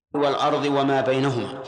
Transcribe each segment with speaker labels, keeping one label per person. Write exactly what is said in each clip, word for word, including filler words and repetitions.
Speaker 1: والأرض وما بينهما.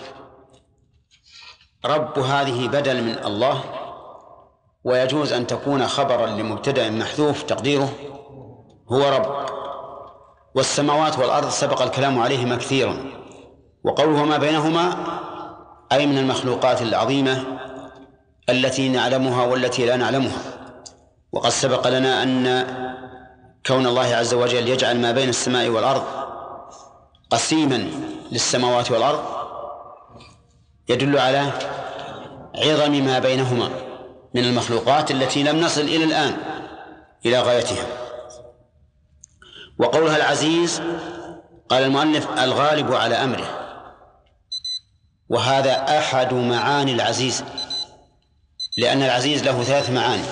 Speaker 1: رب هذه بدل من الله، ويجوز أن تكون خبرا لمبتدأ محذوف تقديره هو رب. والسماوات والأرض سبق الكلام عليهما كثيرا، وقوله ما بينهما أي من المخلوقات العظيمة التي نعلمها والتي لا نعلمها. وقد سبق لنا أن كون الله عز وجل يجعل ما بين السماء والأرض قسيما للسماوات والأرض يدل على عظم ما بينهما من المخلوقات التي لم نصل إلى الآن إلى غايتها. وقولها العزيز قال المؤلف الغالب على أمره، وهذا أحد معاني العزيز، لأن العزيز له ثلاث معاني.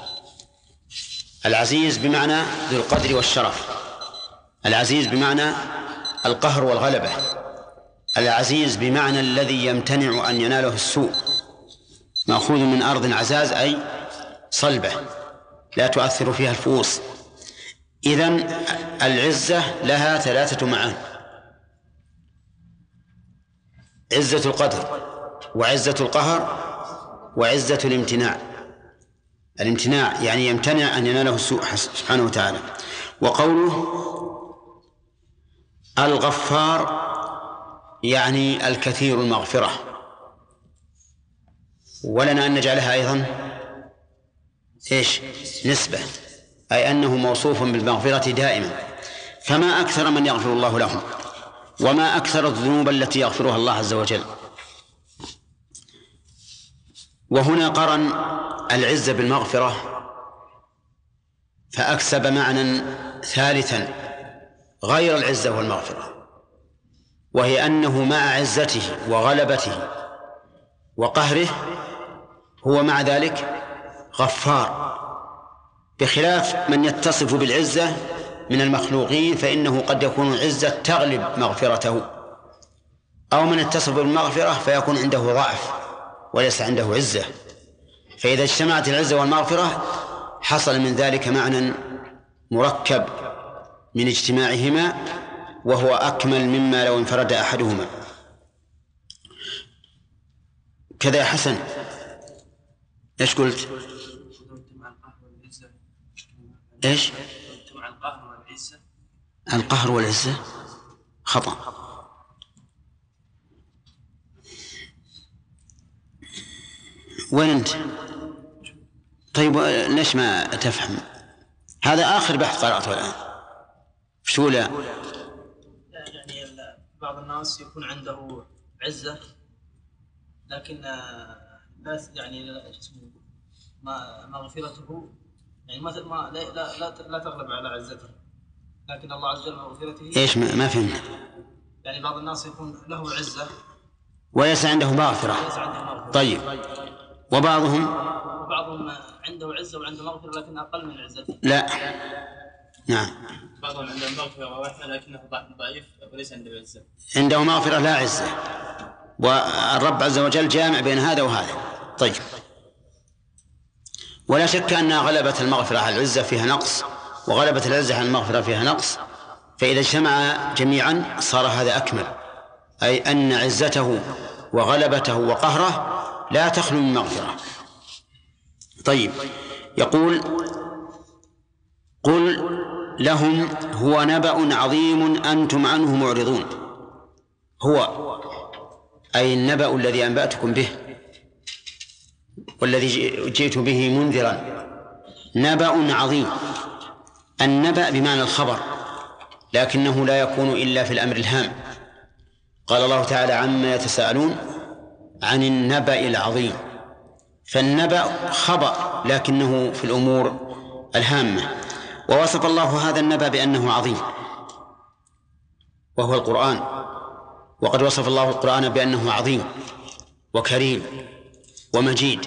Speaker 1: العزيز بمعنى ذو القدر والشرف، العزيز بمعنى القهر والغلبة، العزيز بمعنى الذي يمتنع أن يناله السوء، مأخوذ من أرض عزاز أي صلبة لا تؤثر فيها الفؤوس. إذن العزة لها ثلاثة معاني: عزة القدر، وعزة القهر، وعزة الامتناع. الامتناع يعني يمتنع أن يناله السوء سبحانه وتعالى. وقوله الغفار يعني الكثير المغفرة، ولنا أن نجعلها أيضا إيش نسبة، أي أنه موصوف بالمغفرة دائما. فما أكثر من يغفر الله لهم، وما أكثر الذنوب التي يغفرها الله عز وجل. وهنا قرن العزة بالمغفرة فأكسب معنى ثالثا غير العزة والمغفرة، وهي أنه مع عزته وغلبته وقهره هو مع ذلك غفار، بخلاف من يتصف بالعزة من المخلوقين فإنه قد يكون العزة تغلب مغفرته، أو من يتصف بالمغفرة فيكون عنده ضعف وليس عنده عزة. فإذا اجتمعت العزة والمغفرة حصل من ذلك معنى مركب من اجتماعهما، وهو أكمل مما لو انفرد أحدهما. كذا يا حسن، إيش قلت؟ إيش؟ القهر والعزة خطأ. وين أنت؟ طيب ليش ما تفهم؟ هذا آخر بحث قرأته الآن. شو لا؟
Speaker 2: يعني بعض الناس يكون عنده عزة لكن لا يعني ما مغفرته يعني ما لا لا لا, لا تغلب على عزته، لكن الله عز وجل مغفرته
Speaker 1: ايش ما, ما فهمت؟
Speaker 2: يعني بعض الناس يكون له عزة
Speaker 1: وليس عنده مغفرة. طيب، وبعضهم
Speaker 2: وبعضهم عنده عزة وعنده مغفرة لكن أقل من عزته.
Speaker 1: لا، نعم،
Speaker 2: بعضهم عنده مغفرة ووحدة لكنه ضعيف وليس عنده عزة.
Speaker 1: عنده مغفرة لا عزة، والرب عز وجل جامع بين هذا وهذا. طيب، ولا شك أن غلبة المغفرة على العزة فيها نقص، وغلبة العزة على المغفرة فيها نقص، فإذا اجتمع جميعا صار هذا أكمل، أي أن عزته وغلبته وقهره لا تخلو من مغفرة. طيب، يقول قل لهم هو نبأ عظيم أنتم عنه معرضون. هو أي النبأ الذي أنبأتكم به والذي جئت به منذرا، نبأ عظيم. النبأ بمعنى الخبر، لكنه لا يكون إلا في الأمر الهام. قال الله تعالى عما يتساءلون عن النبأ العظيم، فالنبأ خبر لكنه في الأمور الهامة. ووصف الله هذا النبأ بأنه عظيم وهو القرآن، وقد وصف الله القرآن بأنه عظيم وكريم ومجيد،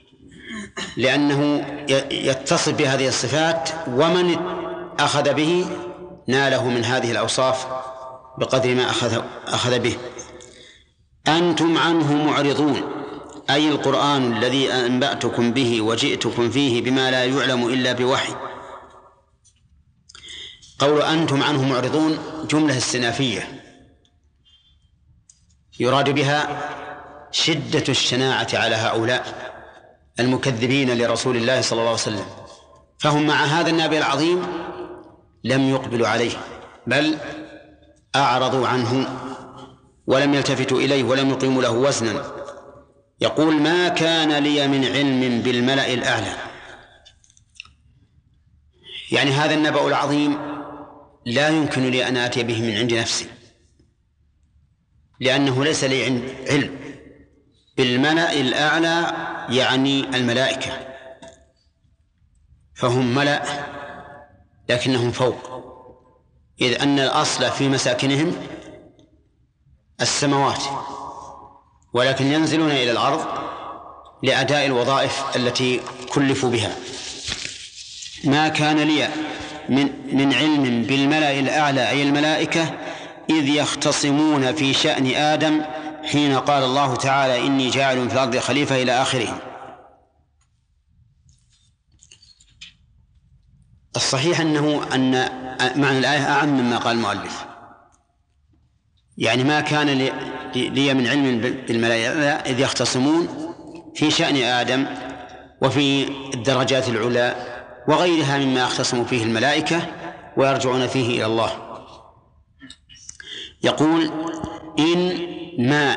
Speaker 1: لأنه يتصف بهذه الصفات، ومن أخذ به ناله من هذه الأوصاف بقدر ما أخذ, أخذ به. أنتم عنه معرضون أي القرآن الذي أنبأتكم به وجئتكم فيه بما لا يعلم إلا بوحي. قول أنتم عنه معرضون جملة استئنافية، يراد بها شدة الشناعة على هؤلاء المكذبين لرسول الله صلى الله عليه وسلم، فهم مع هذا النبي العظيم لم يقبلوا عليه، بل أعرضوا عنه ولم يلتفتوا إليه ولم يقيموا له وزنا. يقول: ما كان لي من علم بالملأ الأعلى، يعني هذا النبأ العظيم لا يمكن لي أن آتي به من عند نفسي، لأنه ليس لي علم بالملأ الأعلى، يعني الملائكة، فهم ملأ لكنهم فوق، إذ أن الأصل في مساكنهم السماوات، ولكن ينزلون إلى الأرض لأداء الوظائف التي كلفوا بها. ما كان لي من, من علم بالملأ الأعلى أي الملائكة إذ يختصمون في شأن آدم حين قال الله تعالى: إني جاعل في الأرض خليفة إلى آخره. الصحيح أنه أن معنى الآية أعم مما قال المؤلف، يعني ما كان لي من علم بالملائكة إذ يختصمون في شأن آدم وفي الدرجات العلى وغيرها مما يختصم فيه الملائكة ويرجعون فيه إلى الله. يقول: إن ما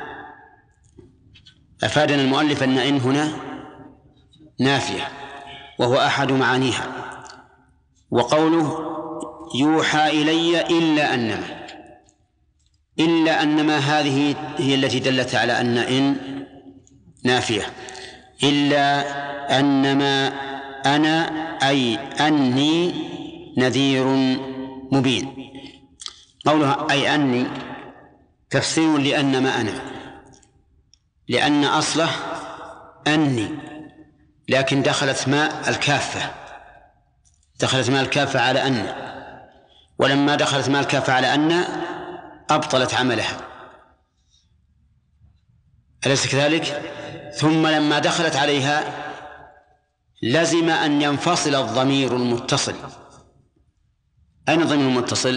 Speaker 1: أفادنا المؤلف أن إن هنا نافية وهو أحد معانيها، وقوله يوحى إلي إلا أنما، إلا أنما هذه هي التي دلت على أن إن نافية، إلا أنما أنا أي أني نذير مبين. قولها أي أني تفسير لأنما أنا، لأن أصله أني، لكن دخلت ماء الكافة دخلت ماء الكافة على أن، ولما دخلت ماء الكافة على أن أبطلت عملها، أليس كذلك؟ ثم لما دخلت عليها لزم أن ينفصل الضمير المتصل. أين الضمير المتصل؟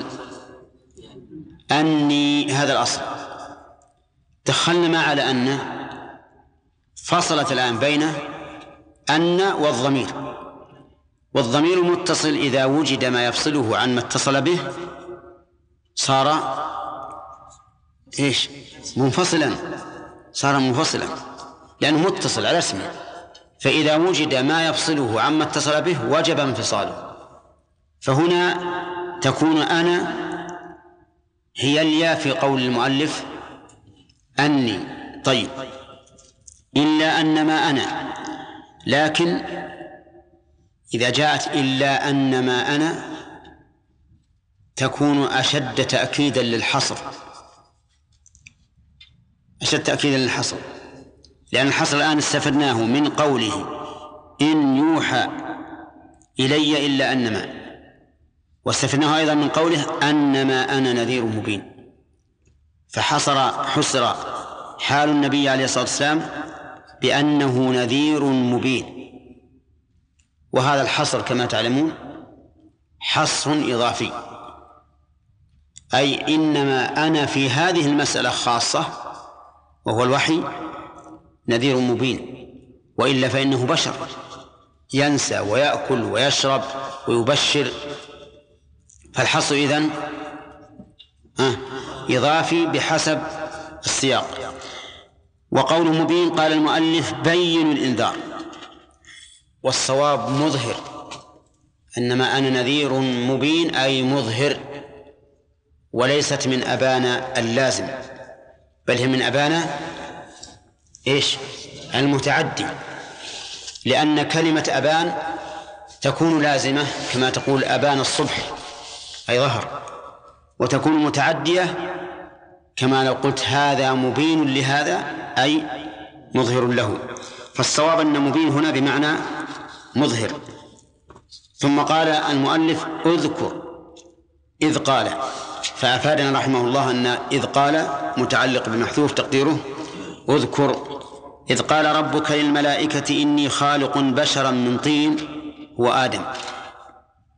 Speaker 1: أني، هذا الأصل. دخلنا ما على أن، فصلت الآن بين أن والضمير، والضمير المتصل إذا وجد ما يفصله عن ما اتصل به صار إيش؟ منفصلا، صار منفصلا لأنه متصل على اسمه، فإذا وجد ما يفصله عما اتصل به وجب انفصاله. فهنا تكون أنا هي الياء في قول المؤلف أني. طيب، إلا أنما أنا، لكن إذا جاءت إلا أنما أنا تكون أشد تأكيدا للحصر، أشد تأكيدا للحصر، لأن الحصر الآن استفدناه من قوله إن يوحى إلي إلا أنما، واستفدناه أيضا من قوله أنما أنا نذير مبين، فحصر حصر حال النبي عليه الصلاة والسلام بأنه نذير مبين. وهذا الحصر كما تعلمون حصر إضافي، أي إنما أنا في هذه المسألة خاصة وهو الوحي نذير مبين، وإلا فإنه بشر ينسى ويأكل ويشرب ويبشر، فالحصر إذن آه إضافي بحسب السياق. وقول مبين قال المؤلف بين الإنذار، والصواب مظهر، إنما أنا نذير مبين أي مظهر، وليست من أبانا اللازم، بل هي من أبانا إيش؟ المتعدي، لأن كلمة أبان تكون لازمة كما تقول أبان الصبح أي ظهر، وتكون متعدية كما لو قلت هذا مبين لهذا أي مظهر له، فالصواب أن مبين هنا بمعنى مظهر. ثم قال المؤلف اذكر إذ قال، فأفادنا رحمه الله أن إذ قال متعلق بمحذوف تقديره اذكر إذ قال ربك للملائكة إني خالق بشرا من طين هو آدم.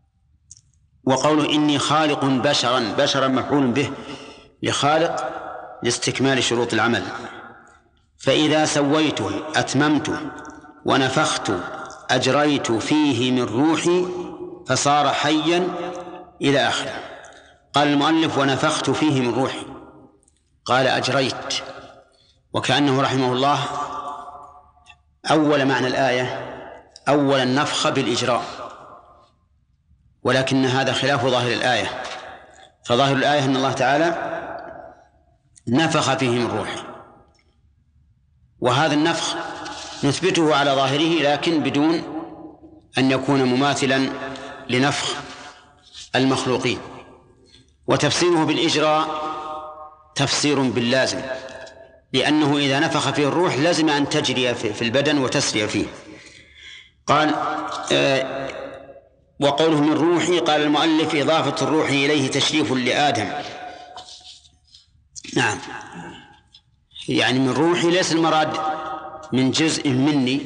Speaker 1: وقوله إني خالق بشرا، بشرا مفعول به لخالق لاستكمال شروط العمل. فإذا سويته أتممت ونفخت أجريت فيه من روحي فصار حيا إلى آخره. قال المؤلف ونفخت فيه من روحي، قال أجريت، وكأنه رحمه الله أول معنى الآية أول النفخ بالإجراء، ولكن هذا خلاف ظاهر الآية. فظاهر الآية أن الله تعالى نفخ فيه من روحه، وهذا النفخ نثبته على ظاهره لكن بدون أن يكون مماثلا لنفخ المخلوقين. وتفسيره بالإجراء تفسير باللازم، لأنه إذا نفخ فيه الروح لازم أن تجري في البدن وتسري فيه. قال آه وقوله من روحي، قال المؤلف إضافة الروح إليه تشريف لآدم. نعم، يعني من روحي ليس المراد من جزء مني،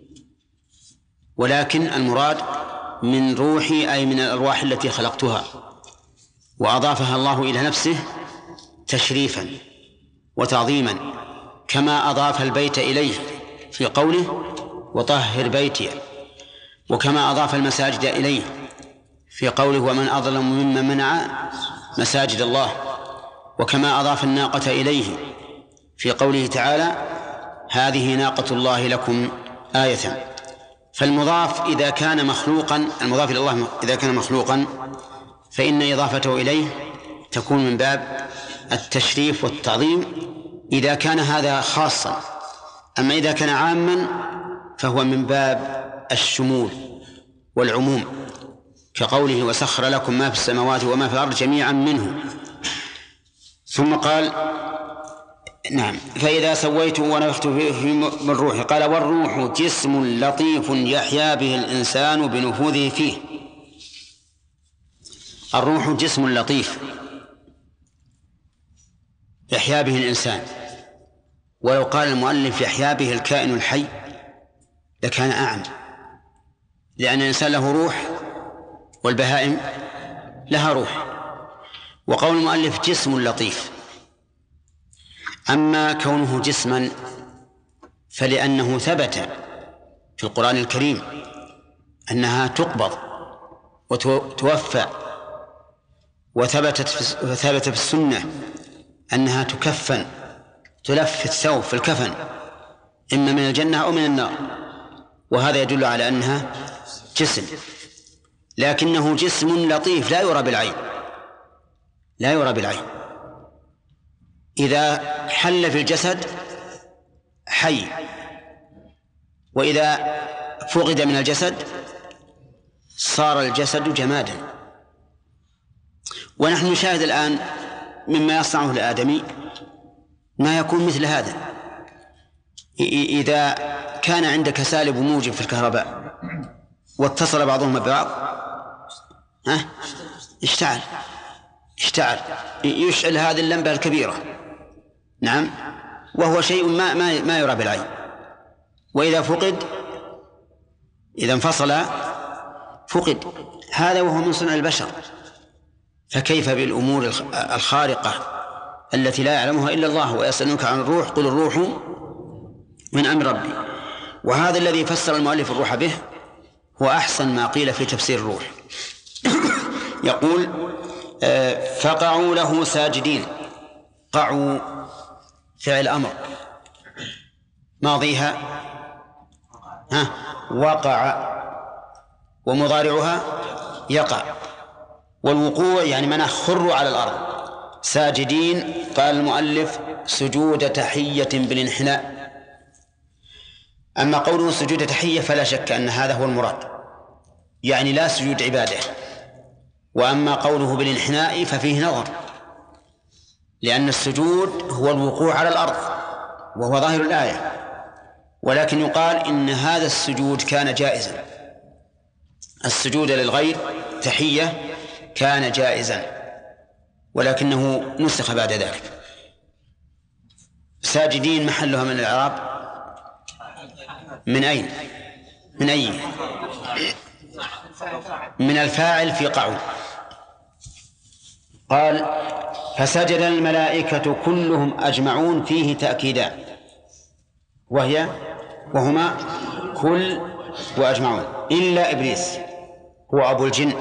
Speaker 1: ولكن المراد من روحي أي من الأرواح التي خلقتها، وأضافها الله إلى نفسه تشريفا وتعظيما، كما أضاف البيت إليه في قوله وطهر بيتي، وكما أضاف المساجد إليه في قوله ومن أظلم ممن منع مساجد الله، وكما أضاف الناقة إليه في قوله تعالى هذه ناقة الله لكم آية. فالمضاف إذا كان مخلوقا، المضاف إلى الله إذا كان مخلوقا فإن إضافته إليه تكون من باب التشريف والتعظيم إذا كان هذا خاصا، أما إذا كان عاما فهو من باب الشمول والعموم، كقوله وسخر لكم ما في السماوات وما في الأرض جميعا منه. ثم قال نعم فإذا سويت ونفخت فيه من روحي، قال والروح جسم لطيف يحيا به الإنسان بنفوذه فيه. الروح جسم لطيف يحيا به الإنسان، ولو قال المؤلف يحيا به الكائن الحي لكان أعم، لأن الإنسان له روح والبهائم لها روح. وقول المؤلف جسم لطيف، أما كونه جسما فلأنه ثبت في القرآن الكريم أنها تقبض وتوفى، وثبتت وثبت في السنة أنها تكفن، تلف الثوب في الكفن إما من الجنة أو من النار، وهذا يدل على أنها جسم، لكنه جسم لطيف لا يرى بالعين، لا يرى بالعين. إذا حل في الجسد حي، وإذا فقد من الجسد صار الجسد جمادا. ونحن نشاهد الآن مما يصنعه الآدمي ما يكون مثل هذا. إذا كان عندك سالب وموجب في الكهرباء واتصل بعضهم ببعض ها اشتعل اشتعل يشعل هذه اللمبة الكبيرة، نعم، وهو شيء ما ما ما يرى بالعين. وإذا فقد، إذا انفصل فقد، هذا وهو من صنع البشر، فكيف بالأمور الخارقة التي لا يعلمها إلا الله؟ ويسألونك عن الروح قل الروح من أمر ربي. وهذا الذي فسر المؤلف الروح به هو أحسن ما قيل في تفسير الروح. يقول فقعوا له ساجدين. قعوا فعل أمر ماضيها ها وقع، ومضارعها يقع، والوقوع يعني من خروا على الأرض. ساجدين قال المؤلف سجود تحية بالانحناء. أما قوله سجود تحية فلا شك أن هذا هو المراد، يعني لا سجود عبادة. وأما قوله بالانحناء ففيه نظر، لأن السجود هو الوقوع على الأرض وهو ظاهر الآية، ولكن يقال إن هذا السجود كان جائزا، السجود للغير تحية كان جائزا، ولكنه نسخ بعد ذلك. ساجدين محلها من الإعراب من أين؟ من أي؟ من الفاعل في قعوا. قال فسجد الملائكة كلهم أجمعون فيه تأكيدان، وهي وهما كل وأجمعون إلا إبليس هو أبو الجن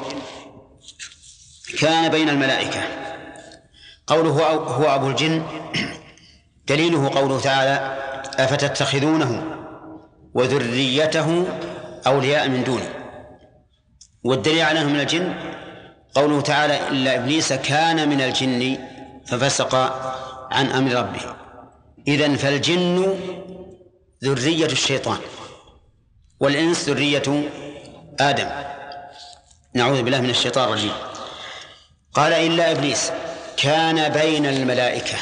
Speaker 1: كان بين الملائكة. قوله هو أبو الجن دليله قوله تعالى أفتتخذونه وذريته أولياء من دونه، والدليل على أنه من الجن قوله تعالى إلا إبليس كان من الجن ففسق عن أمر ربه. إذن فالجن ذرية الشيطان والإنس ذرية آدم، نعوذ بالله من الشيطان الرجيم. قال إلا إبليس كان بين الملائكة،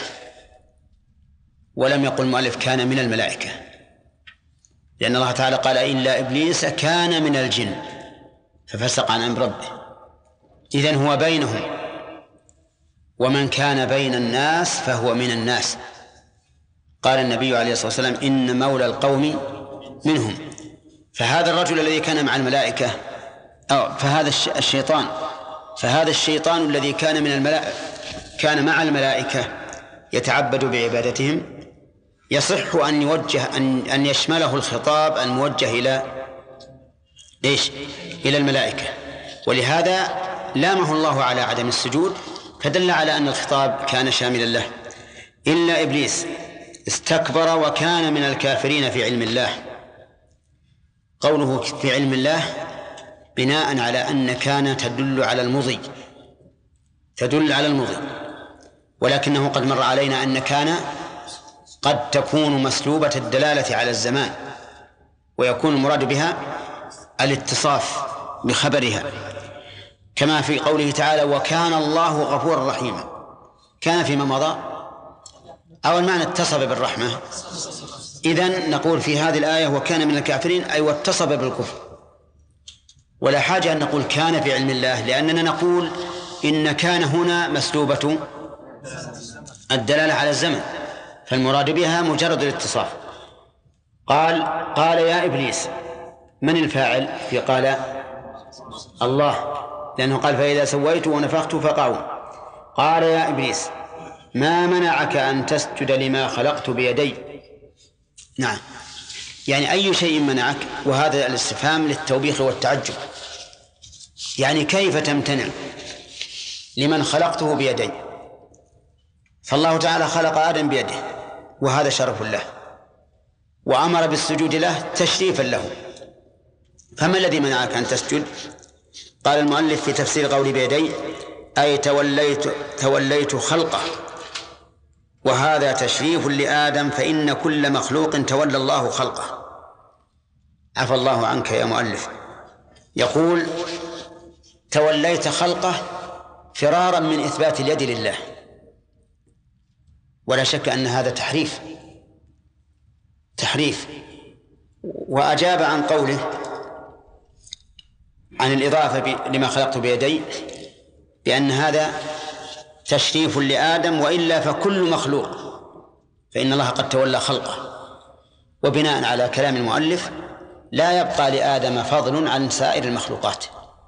Speaker 1: ولم يقل المؤلف كان من الملائكة، لأن الله تعالى قال إلا إبليس كان من الجن ففسق عن أمر ربه. إذن هو بينهم، ومن كان بين الناس فهو من الناس. قال النبي عليه الصلاة والسلام إن مولى القوم منهم. فهذا الرجل الذي كان مع الملائكة أو فهذا الشيطان فهذا الشيطان الذي كان من الملائكة كان مع الملائكة يتعبد بعبادتهم، يصح أن يوجه أن أن يشمله الخطاب الموجه إلى إيش؟ إلى الملائكة، ولهذا لامه الله على عدم السجود، فدل على أن الخطاب كان شاملا له. إلا إبليس استكبر وكان من الكافرين في علم الله. قوله في علم الله بناء على أن كان تدل على المضي تدل على المضي ولكنه قد مر علينا أن كان قد تكون مسلوبة الدلالة على الزمان، ويكون المراد بها الاتصاف بخبرها، كما في قوله تعالى وكان الله غفورا رحيما. كان فيما مضى أو المعنى اتصف بالرحمة. إذن نقول في هذه الآية وكان من الكافرين أي واتصف بالكفر، ولا حاجة أن نقول كان في علم الله، لأننا نقول إن كان هنا مسلوبة الدلالة على الزمن، فالمراد بها مجرد الاتصاف. قال قال يا إبليس، من الفاعل في قال؟ الله، لأنه قال فإذا سويت ونفخت فقعوا. قال يا إبليس ما منعك أن تسجد لما خلقت بيدي؟ نعم، يعني أي شيء منعك؟ وهذا الاستفهام للتوبيخ والتعجب، يعني كيف تمتنع لمن خلقته بيدي؟ فالله تعالى خلق آدم بيده وهذا شرف له، وأمر بالسجود له تشريفا له، فما الذي منعك أن تسجد؟ قال المؤلف في تفسير قول بيدي أي توليت, توليت خلقه، وهذا تشريف لآدم، فإن كل مخلوق تولى الله خلقه. عفى الله عنك يا مؤلف. يقول توليت خلقه فرارا من إثبات اليد لله، ولا شك أن هذا تحريف تحريف وأجاب عن قوله عن الإضافة لما خلقت بيدي بأن هذا تشريف لآدم، وإلا فكل مخلوق فإن الله قد تولى خلقه. وبناء على كلام المؤلف لا يبقى لآدم فضل عن سائر المخلوقات،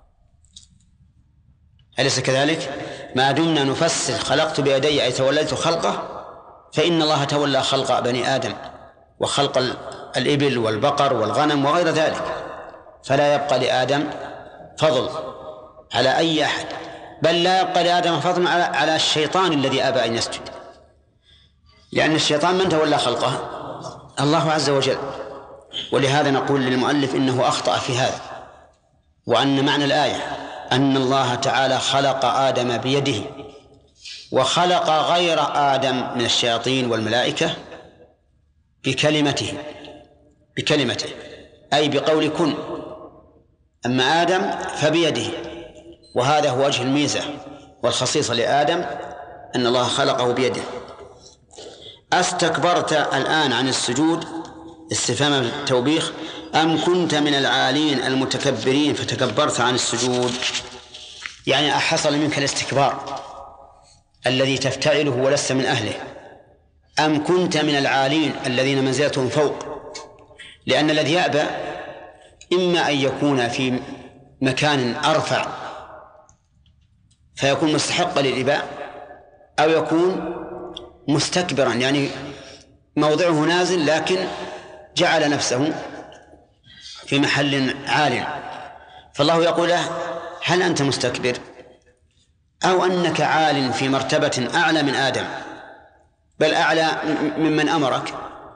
Speaker 1: أليس كذلك؟ ما دمنا نفسر خلقت بيدي أي توليت خلقه، فإن الله تولى خلق بني آدم وخلق الإبل والبقر والغنم وغير ذلك، فلا يبقى لآدم فضل على أي أحد، بل لا يبقى لآدم فضل على على الشيطان الذي أبى أن يسجد، لأن الشيطان من تولى خلقه؟ الله عز وجل. ولهذا نقول للمؤلف إنه أخطأ في هذا، وأن معنى الآية أن الله تعالى خلق آدم بيده وخلق غير آدم من الشياطين والملائكة بكلمته بكلمته أي بقول كن، أما آدم فبيده، وهذا هو وجه الميزة والخصيصة لآدم أن الله خلقه بيده. أستكبرت الآن عن السجود استفهام التوبيخ أم كنت من العالين المتكبرين فتكبرت عن السجود؟ يعني أحصل منك الاستكبار الذي تفتعله ولست من أهله، أم كنت من العالين الذين منزلتهم فوق؟ لأن الذي يأبى إما أن يكون في مكان أرفع فيكون مستحقا للإباء، أو يكون مستكبرا، يعني موضعه نازل لكن جعل نفسه في محل عال، فالله يقول له هل أنت مستكبر أو أنك عال في مرتبة أعلى من آدم، بل أعلى ممن أمرك؟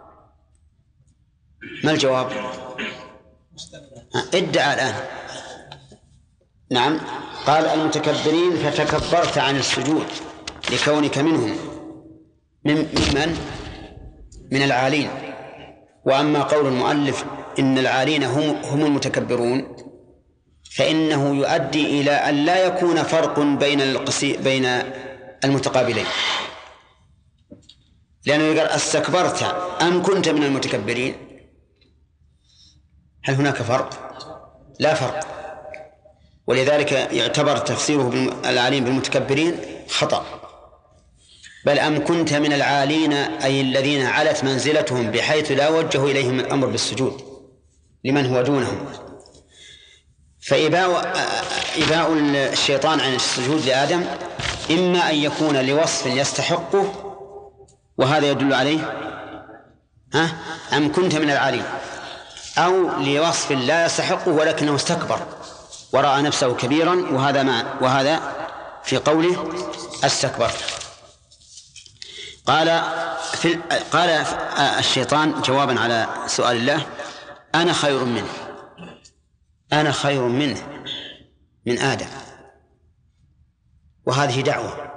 Speaker 1: ما الجواب؟ ادعى الآن. نعم، قال المتكبرين فتكبرت عن السجود لكونك منهم، ممن من العالين. وأما قول المؤلف إن العالين هم, هم المتكبرون فإنه يؤدي إلى أن لا يكون فرق بين القسي بين المتقابلين، لأنه يقول استكبرت أم كنت من المتكبرين؟ هل هناك فرق؟ لا فرق. ولذلك يعتبر تفسيره العالين بالمتكبرين خطأ، بل أم كنت من العالين أي الذين علت منزلتهم بحيث لا وجه إليهم الأمر بالسجود لمن هو دونهم. فإباء إباء الشيطان عن السجود لآدم إما أن يكون لوصف يستحقه، وهذا يدل عليه ها أم كنت من العالين، أو لوصف لا يستحقه ولكنه استكبر ورأى نفسه كبيرا، وهذا ما وهذا في قوله استكبرت. قال في قال الشيطان جوابا على سؤال الله أنا خير منه، أنا خير منه من آدم، وهذه دعوة.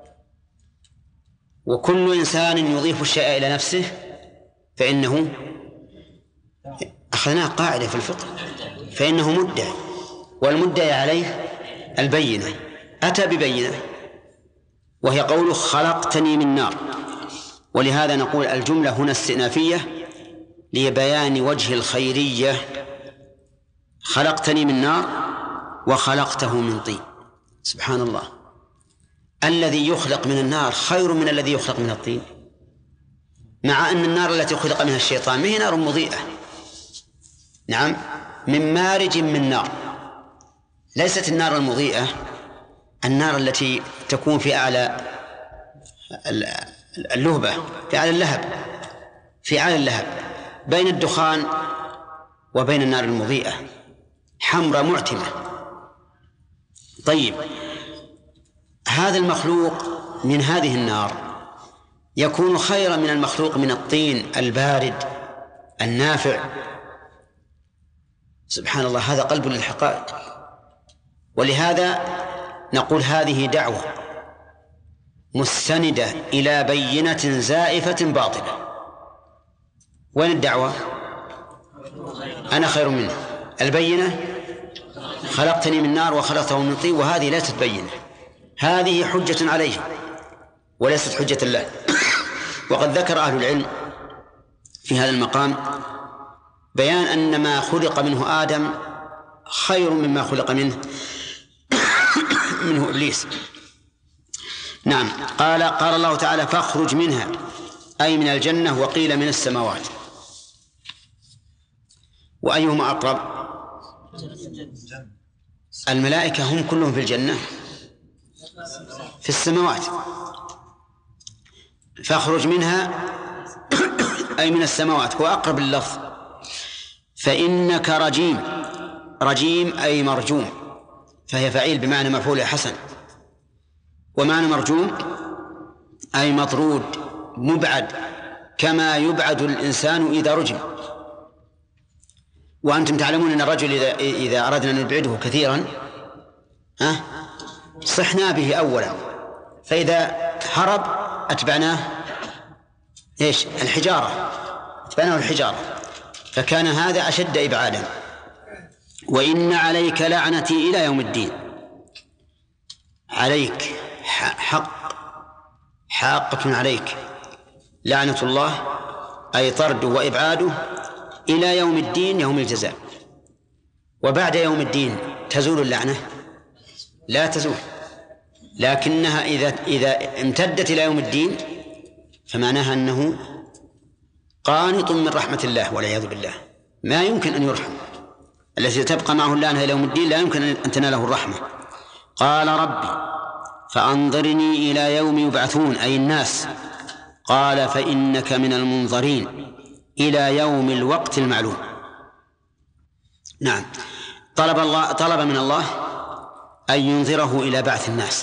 Speaker 1: وكل إنسان يضيف الشيء إلى نفسه فإنه أخذناه قاعدة في الفقه فإنه مدعي، والمدعي عليه البينة، أتى ببينة وهي قوله خلقتني من نار. ولهذا نقول الجملة هنا استئنافية لبيان وجه الخيرية، خلقتني من نار وخلقته من طين. سبحان الله، الذي يخلق من النار خير من الذي يخلق من الطين، مع أن النار التي خلق منها الشيطان ما هي نار مضيئة، نعم، من مارج من نار. ليست النار المضيئة النار التي تكون في أعلى اللهبة، في أعلى اللهب، في أعلى اللهب بين الدخان وبين النار المضيئة، حمرة معتمة. طيب، هذا المخلوق من هذه النار يكون خيرا من المخلوق من الطين البارد النافع. سبحان الله، هذا قلب للحقائق. ولهذا نقول هذه دعوة مستندة إلى بينة زائفة باطلة. وين الدعوة؟ أنا خير منه. البينة خلقتني من نار وخلقته من طين، وهذه لا تتبين، هذه حجة عليه وليست حجة له. وقد ذكر أهل العلم في هذا المقام بيان أن ما خلق منه آدم خير مما خلق منه منه إبليس. نعم، قال قال الله تعالى فاخرج منها أي من الجنة، وقيل من السماوات. وأيهما أقرب؟ الملائكة هم كلهم في الجنة، في السماوات. فاخرج منها أي من السماوات، هو أقرب اللفظ. فإنك رجيم، رجيم أي مرجوم، فهي فعيل بمعنى مفعول حسن. ومعنى مرجوم أي مطرود مبعد، كما يبعد الإنسان إذا رجم. وأنتم تعلمون أن الرجل إذا, إذا أردنا أن نبعده كثيرا ها صحنا به أولا، فإذا هرب أتبعناه إيش؟ الحجارة، أتبعناه الحجارة، فكان هذا أشد إبعادا. وإن عليك لعنتي إلى يوم الدين. عليك حق، حاقة عليك لعنة الله أي طرده وإبعاده إلى يوم الدين، يوم الجزاء. وبعد يوم الدين تزول اللعنة؟ لا تزول، لكنها إذا إذا امتدت إلى يوم الدين فمعناها أنه قانط من رحمة الله والعياذ بالله، ما يمكن أن يرحم. الذي تبقى معه اللعنة إلى يوم الدين لا يمكن أن تناله الرحمة. قال ربي فأنظرني إلى يوم يبعثون أي الناس. قال فإنك من المنظرين إلى يوم الوقت المعلوم. نعم، طلب الله طلب من الله أن ينظره إلى بعث الناس،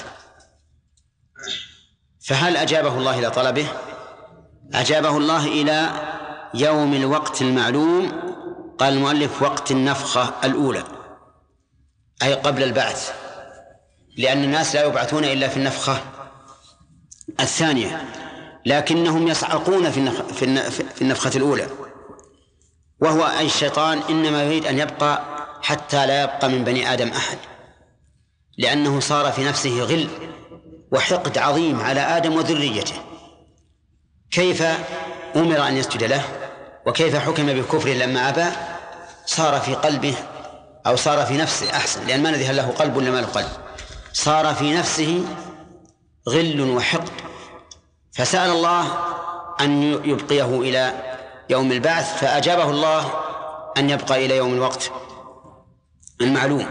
Speaker 1: فهل أجابه الله إلى طلبه؟ أجابه الله إلى يوم الوقت المعلوم. قال المؤلف وقت النفخة الأولى، أي قبل البعث، لأن الناس لا يبعثون إلا في النفخة الثانية، لكنهم يصعقون في النفخة الأولى، وهو أي الشيطان إنما يريد أن يبقى حتى لا يبقى من بني آدم أحد، لأنه صار في نفسه غل وحقد عظيم على آدم وذريته. كيف أمر أن يسجد له وكيف حكم بكفره لما أبى؟ صار في قلبه أو صار في نفسه أحسن، لأن ما ندري هل له قلب ولا ما له قلب، صار في نفسه غل وحقد، فسأل الله أن يبقيه إلى يوم البعث، فأجابه الله أن يبقى إلى يوم الوقت المعلوم.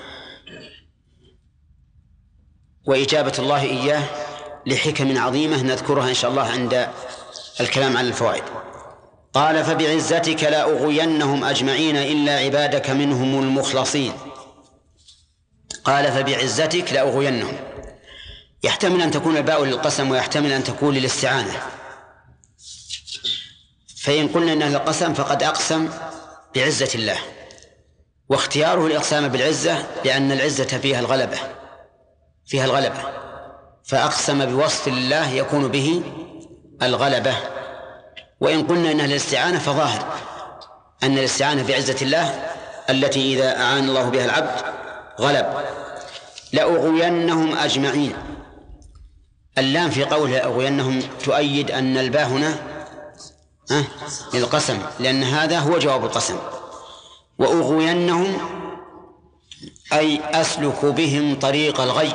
Speaker 1: وإجابة الله إياه لحكم عظيمة نذكرها إن شاء الله عند الكلام عن الفوائد. قال فبعزتك لا أغوينهم أجمعين إلا عبادك منهم المخلصين. قال فبعزتك لا أغوينهم، يحتمل أن تكون الباء للقسم ويحتمل أن تكون للاستعانة، فإن قلنا إنها للقسم فقد أقسم بعزة الله، واختياره الإقسام بالعزة لأن العزة فيها الغلبة فيها الغلبة فأقسم بوصف الله يكون به الغلبة. وإن قلنا إنها للاستعانة فظاهر أن الاستعانة بعزة الله التي إذا أعان الله بها العبد غلب. لأغوينهم أجمعين، اللام في قوله أغوينهم تؤيد أن الباء هنا للقسم، لأن هذا هو جواب القسم. وأغوينهم أي أسلك بهم طريق الغي،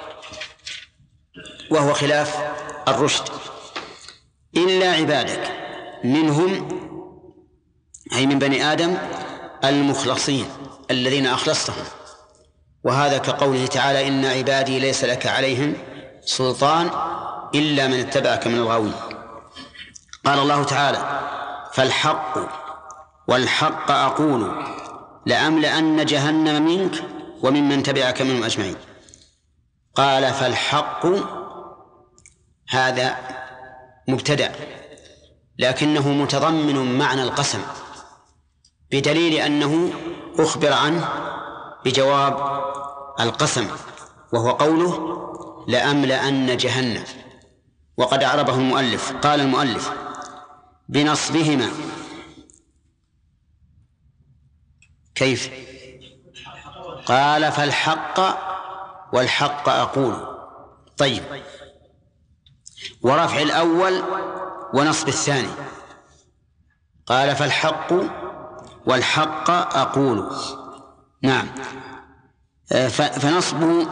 Speaker 1: وهو خلاف الرشد. إلا عبادك منهم أي من بني آدم المخلصين الذين أخلصتهم، وهذا كقوله تعالى إن عبادي ليس لك عليهم سلطان إلا من اتبعك من الغاوين. قال الله تعالى فالحق والحق أقول لأملأن جهنم منك وممن تبعك منهم أجمعين. قال فالحق هذا مبتدأ لكنه متضمن معنى القسم، بدليل أنه أخبر عنه بجواب القسم وهو قوله لأملأن جهنم. وقد أعربه المؤلف، قال المؤلف بنصبهما. كيف؟ قال فالحق والحق أقول. طيب، ورفع الأول ونصب الثاني. قال فالحق والحق أقول. نعم، فنصبه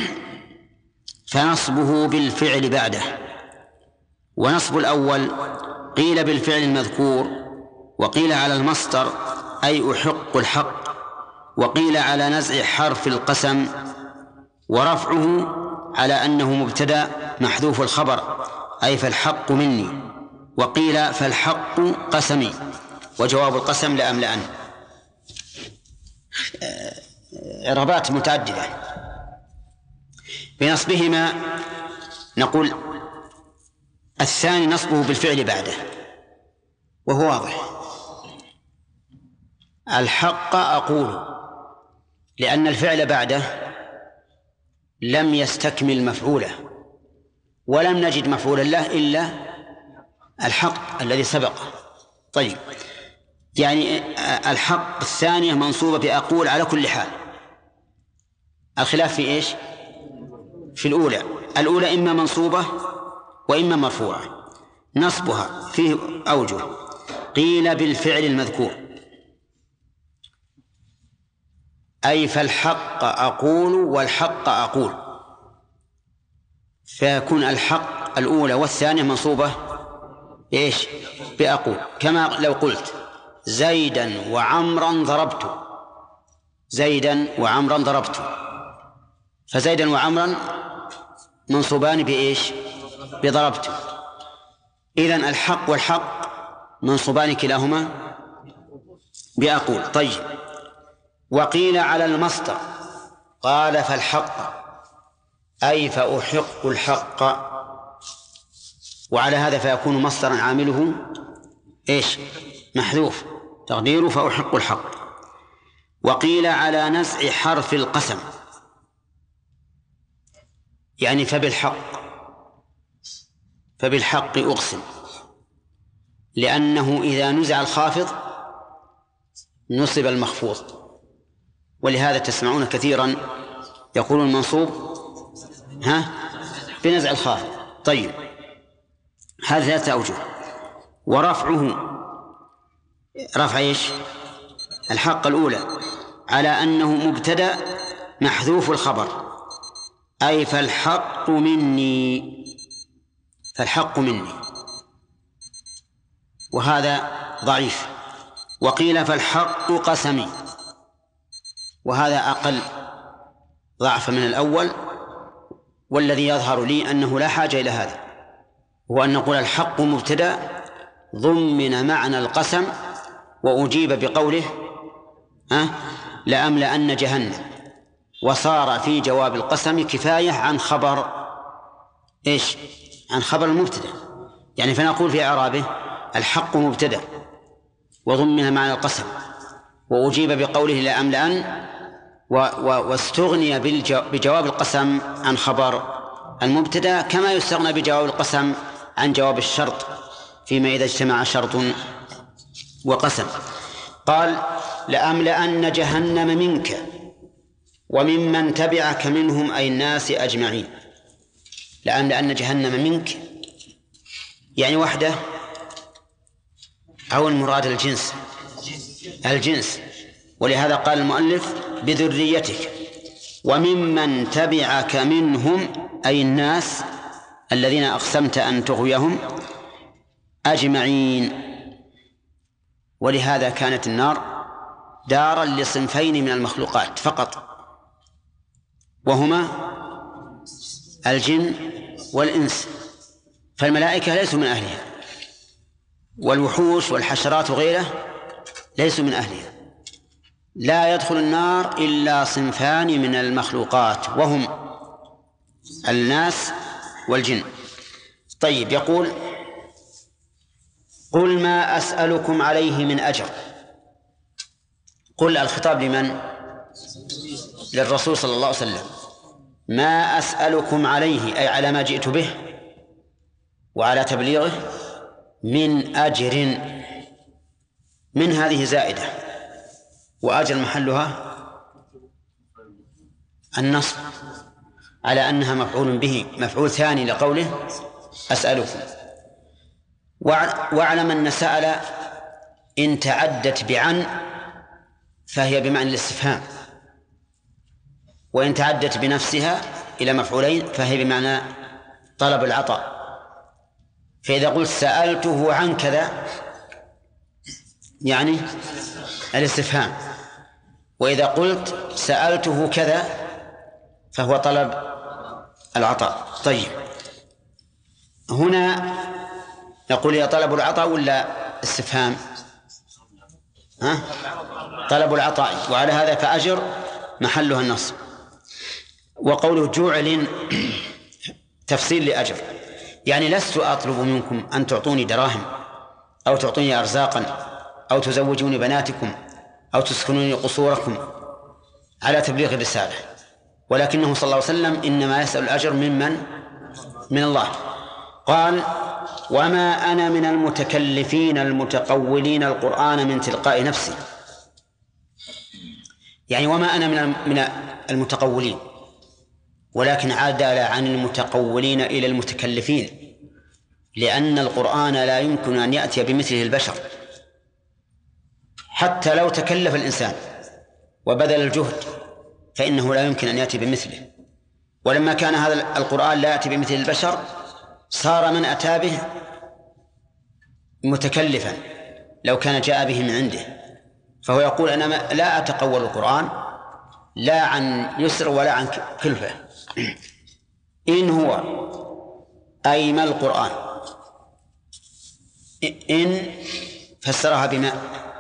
Speaker 1: فنصبه بالفعل بعده. ونصب الأول قيل بالفعل المذكور، وقيل على المصدر أي أحق الحق، وقيل على نزع حرف القسم، ورفعه على أنه مبتدأ محذوف الخبر أي فالحق مني، وقيل فالحق قسمي وجواب القسم لأملأن. إعرابات متعددة. بنصبهما نقول الثاني نصبه بالفعل بعده وهو واضح. الحق أقول لأن الفعل بعده لم يستكمل مفعوله، ولم نجد مفعولا له إلا الحق الذي سبقه. طيب، يعني الحق الثانية منصوبة بأقول على كل حال. الخلاف في إيش؟ في الأولى. الأولى إما منصوبة وإما مرفوعة. نصبها فيه أوجه. قيل بالفعل المذكور أي فالحق أقول والحق أقول، فيكون الحق الأولى والثانية منصوبة إيش؟ بأقول. كما لو قلت زيدا وعمرا ضربت، زيدا وعمرا ضربت، فزيدا وعمرا منصوبان بإيش؟ بضربت. إذن الحق والحق منصوبان كلاهما بأقول. طيب، وقيل على المصدر قال فالحق أي فأحق الحق، وعلى هذا فيكون مصدرا عامله إيش؟ محذوف، تقديره فأحق الحق. وقيل على نزع حرف القسم، يعني فبالحق، فبالحق أقسم، لأنه إذا نزع الخافض نصب المخفوض، ولهذا تسمعون كثيرا يقول المنصوب ها بنزع الخافض. طيب، هذه ثلاثة أوجه. ورفعه، رفع إيش؟ الحق الأولى على أنه مبتدأ محذوف الخبر، أي فالحق مني، فالحق مني، وهذا ضعيف. وقيل فالحق قسمي، وهذا أقل ضعف من الأول، والذي يظهر لي أنه لا حاجة إلى هذا، هو أن نقول الحق مبتدأ ضمن معنى القسم، وأجيب بقوله أه؟ لأملأن جهنم، وصار في جواب القسم كفاية عن خبر إيش؟ عن خبر المبتدأ. يعني فنقول في إعرابه الحق مبتدأ وضمن معنى القسم، وأجيب بقوله لأملأن، واستغني بجواب القسم عن خبر المبتدأ، كما يستغنى بجواب القسم عن جواب الشرط فيما إذا اجتمع شرط وقسم. قال لأملأن جهنم منك وممن تبعك منهم أي الناس أجمعين. لأملأن جهنم منك يعني وحده أو المراد الجنس؟ الجنس، ولهذا قال المؤلف بذريتك، وممن تبعك منهم أي الناس الذين أقسمت أن تغويهم أجمعين. ولهذا كانت النار دارا لصنفين من المخلوقات فقط، وهما الجن والإنس، فالملائكة ليسوا من أهلها، والوحوش والحشرات وغيره ليسوا من أهلها. لا يدخل النار إلا صنفان من المخلوقات، وهم الناس والجن. طيب، يقول قل ما أسألكم عليه من أجر. قل الخطاب لمن؟ للرسول صلى الله عليه وسلم. ما أسألكم عليه أي على ما جئت به وعلى تبليغه من أجر، من هذه زائدة، وأجر محلها النصب على أنها مفعول به، مفعول ثاني لقوله أسألكم. واعلم أن سأل إن تعدت بعن فهي بمعنى الاستفهام، وإن تعدت بنفسها إلى مفعولين فهي بمعنى طلب العطاء. فإذا قلت سألته عن كذا يعني الاستفهام، وإذا قلت سألته كذا فهو طلب العطاء. طيب، هنا نقول يا طلب العطاء ولا استفهام؟ ها؟ طلب العطاء، وعلى هذا فأجر محلها النصب. وقوله جعل تفصيل لأجر، يعني لست أطلب منكم أن تعطوني دراهم أو تعطوني أرزاقا أو تزوجوني بناتكم أو تسكنوني قصوركم على تبليغ الرسالة، ولكنه صلى الله عليه وسلم إنما يسأل الأجر ممن؟ من الله. قال وما أنا من المتكلفين المتقولين القرآن من تلقاء نفسي، يعني وما أنا من المتقولين، ولكن عدل عن المتقولين إلى المتكلفين، لأن القرآن لا يمكن أن يأتي بمثله البشر حتى لو تكلف الإنسان وبذل الجهد فإنه لا يمكن أن يأتي بمثله. ولما كان هذا القرآن لا يأتي بمثل البشر صار من أتى به متكلفا لو كان جاء به من عنده. فهو يقول أنا لا أتقول القرآن لا عن يسر ولا عن كلفة، إن هو أي ما القرآن. إن فسرها بما،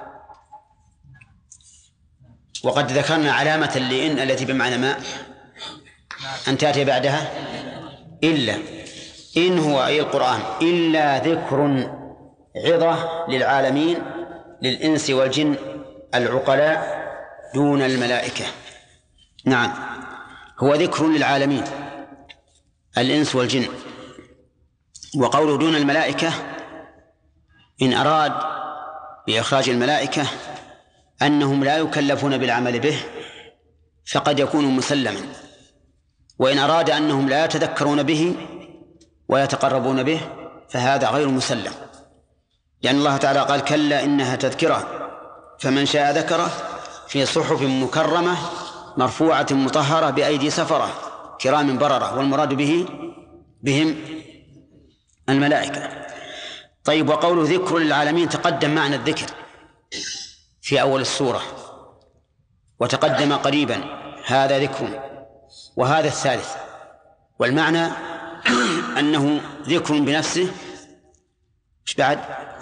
Speaker 1: وقد ذكرنا علامة لإن التي بمعنى ما أن تأتي بعدها إلا. إن هو أي القرآن إلا ذكر عظة للعالمين للإنس والجن العقلاء دون الملائكة. نعم، هو ذكر للعالمين الإنس والجن. وقوله دون الملائكة إن أراد بإخراج الملائكة أنهم لا يكلفون بالعمل به فقد يكون مسلما، وإن أراد أنهم لا يتذكرون به ويتقربون به فهذا غير مسلم، لأن الله تعالى قال كلا إنها تذكرة فمن شاء ذكره في صحف مكرمة مرفوعة مطهرة بأيدي سفرة كرام بررة، والمراد به بهم الملائكة. طيب، وقوله ذكر للعالمين تقدم معنى الذكر في أول السورة وتقدم قريبا، هذا ذكر وهذا الثالث، والمعنى أنه ذكر بنفسه إيش بعد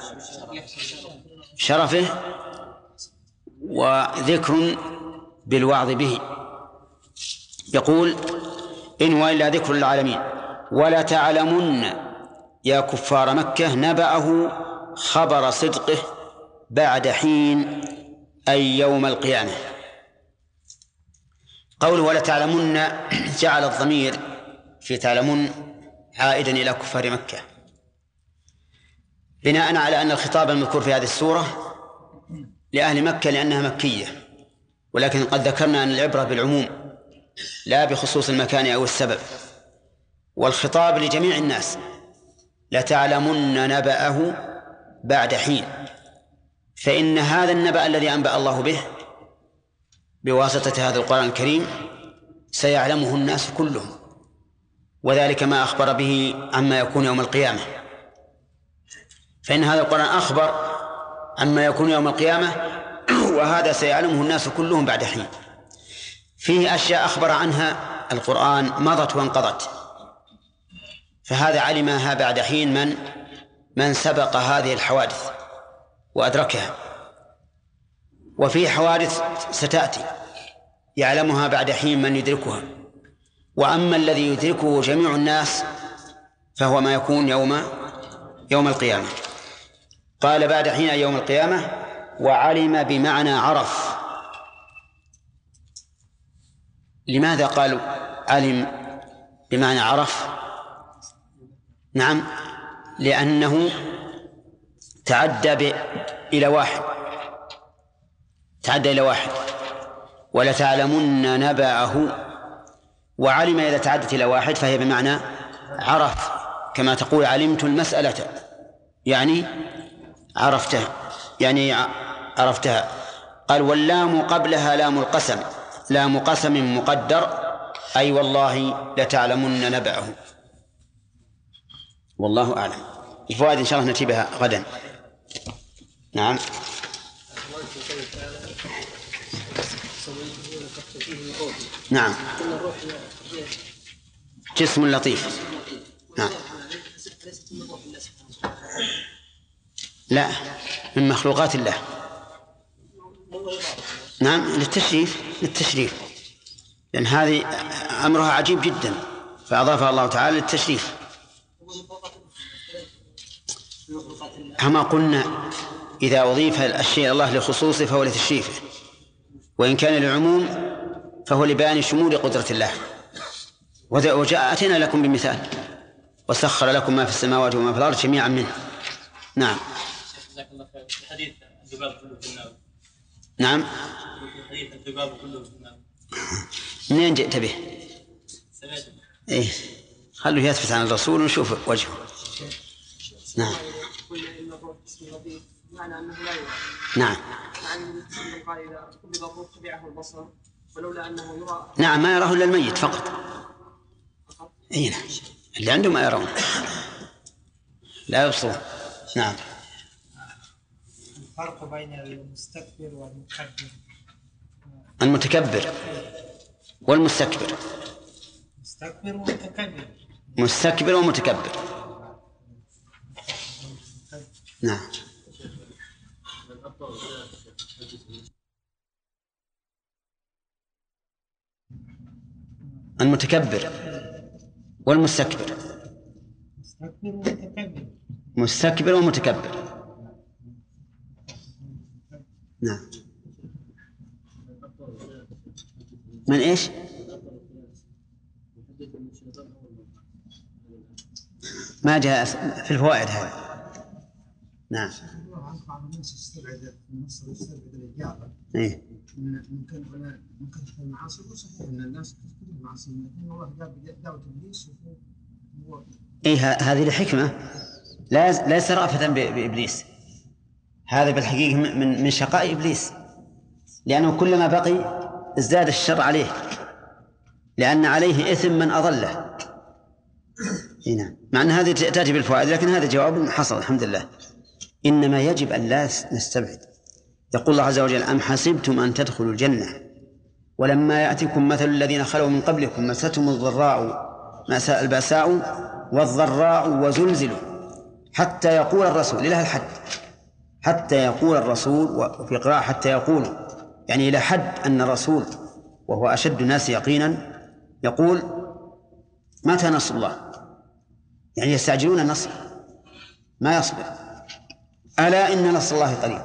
Speaker 1: شرفه، وذكر بالوعظ به. يقول إن هو إلا ذكر للعالمين ولا تعلمن يا كفار مكة نبأه خبر صدقه بعد حين أي يوم القيامة. قوله ولا تعلمن جعل الضمير في تعلمن عائدا إلى كفار مكة بناء على أن الخطاب المذكور في هذه السورة لأهل مكة لأنها مكية، ولكن قد ذكرنا أن العبرة بالعموم لا بخصوص المكان أو السبب، والخطاب لجميع الناس لتعلمن نبأه بعد حين، فإن هذا النبأ الذي أنبأ الله به بواسطة هذا القرآن الكريم سيعلمه الناس كلهم، وذلك ما أخبر به عما يكون يوم القيامة، فإن هذا القرآن أخبر عما يكون يوم القيامة وهذا سيعلمه الناس كلهم بعد حين. فيه أشياء أخبر عنها القرآن مضت وانقضت، فهذا علمها بعد حين من من سبق هذه الحوادث وأدركها، وفي حوادث ستأتي يعلمها بعد حين من يدركها، وأما الذي يدركه جميع الناس فهو ما يكون يوم يوم القيامة. قال بعد حين يوم القيامة، وعلم بمعنى عرف. لماذا قالوا علم بمعنى عرف؟ نعم، لأنه تعدى إلى واحد تعدى إلى واحد ولتعلمن نبأه، وعلم إذا تعدت إلى واحد فهي بمعنى عرف، كما تقول علمت المسألة يعني عرفتها يعني عرفتها. قال واللام قبلها لام القسم، لام قسم مقدر أي والله لتعلمن نبأه. والله أعلم. الفوائد إن شاء الله نأتي بها غدا. نعم. نعم، جسم لطيف. نعم، لا، من مخلوقات الله. نعم، للتشريف للتشريف لأن هذه أمرها عجيب جدا فأضافها الله تعالى للتشريف. كما قلنا إذا أضيف الشيء الله لخصوصه فهو لتشريفه، وإن كان للعموم فهو لبيان شمول قدرة الله. وجاء أتينا لكم بمثال وسخر لكم ما في السماوات وما في الأرض جميعا منه. نعم.
Speaker 2: حديث الذباب كله في النار.
Speaker 1: نعم.
Speaker 2: حديث الذباب كله في النار.
Speaker 1: منين جئت به؟
Speaker 2: سمعت.
Speaker 1: إيه، خلوا يثبت عن الرسول ونشوف وجهه. نعم.
Speaker 2: معنى أنه لا يرى.
Speaker 1: نعم.
Speaker 2: معنى أنه قال إذا قبض الروح تبعه البصر ولولا أنه يرى.
Speaker 1: نعم، ما يراه إلا الميت فقط. أي نعم، اللي عنده ما يرون لا يبصرون. نعم.
Speaker 3: الفرق بين المستكبر والمتكبر.
Speaker 1: المتكبر والمستكبر.
Speaker 3: مستكبر ومتكبر.
Speaker 1: مستكبر ومتكبر. نعم. المتكبر والمستكبر.
Speaker 3: مستكبر ومتكبر.
Speaker 1: مستكبر ومتكبر. نعم. من ايش؟ ما جاء في الفوائد هذا. نعم.
Speaker 3: بعض الناس يستبعد النص يستبعد الإجابة.
Speaker 1: إيه.
Speaker 3: ممكن ممكن في المعاصي صحيح أن الناس تذكر المعاصي لكن الله جاب دعوة إبليس و
Speaker 1: إيه هذه الحكمة لا ليس رأفة بإبليس، هذا بالحقيقة من من شقاء إبليس، لأنه كلما بقي ازداد الشر عليه، لأن عليه إثم من أضله. هنا مع أن هذه تأتي بالفوائد، لكن هذا جواب حصل الحمد لله. إنما يجب أن لا نستبعد. يقول الله عز وجل: أم حسبتم أن تدخلوا الجنة ولما يأتكم مثل الذين خلوا من قبلكم مستهم الضراء مساء البأساء والضراء وزلزلوا حتى يقول الرسول، إلى الحد حتى يقول الرسول، وفي قراءة حتى يقول، يعني إلى حد أن الرسول وهو أشد الناس يقينا يقول: متى نصر الله؟ يعني يستعجلون النصر ما يصبر. ألا إن نصر الله قريب.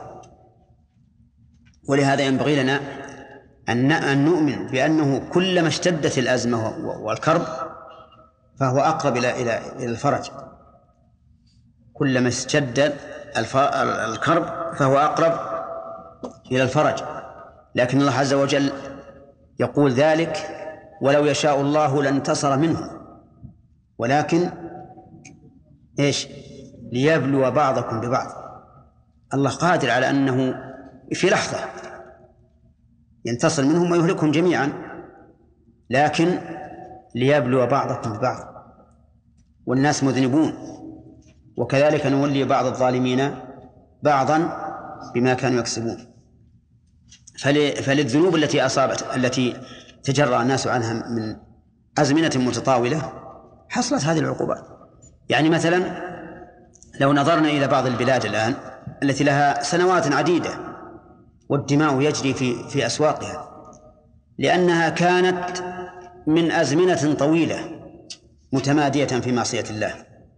Speaker 1: ولهذا ينبغي لنا أن نؤمن بأنه كلما اشتدت الأزمة والكرب فهو أقرب إلى إلى الفرج، كلما اشتد الكرب فهو أقرب إلى الفرج. لكن الله عز وجل يقول ذلك ولو يشاء الله لانتصر منهم، ولكن إيش؟ ليبلو بعضكم ببعض. الله قادر على أنه في لحظة ينتصر منهم ويهلكهم جميعا، لكن ليبلو بعضكم ببعض، والناس مذنبون، وكذلك نولي بعض الظالمين بعضا بما كانوا يكسبون. فللذنوب التي أصابت التي تجرأ الناس عنها من أزمنة متطاولة حصلت هذه العقوبات. يعني مثلا لو نظرنا إلى بعض البلاد الآن التي لها سنوات عديدة والدماء يجري في في أسواقها، لأنها كانت من أزمنة طويلة متمادية في معصية الله،